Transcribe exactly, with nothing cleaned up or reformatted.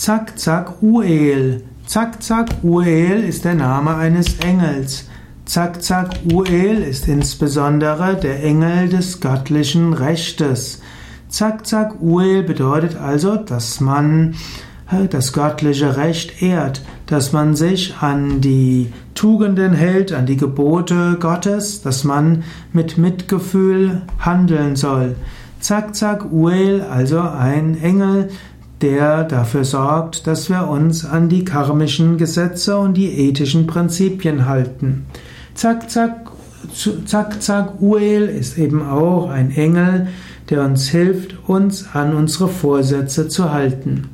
Zakzakuel. Zakzakuel ist der Name eines Engels. Zakzakuel ist insbesondere der Engel des göttlichen Rechtes. Zakzakuel bedeutet also, dass man das göttliche Recht ehrt, dass man sich an die Tugenden hält, an die Gebote Gottes, dass man mit Mitgefühl handeln soll. Zakzakuel, also ein Engel, der dafür sorgt, dass wir uns an die karmischen Gesetze und die ethischen Prinzipien halten. Zakzakuel ist eben auch ein Engel, der uns hilft, uns an unsere Vorsätze zu halten.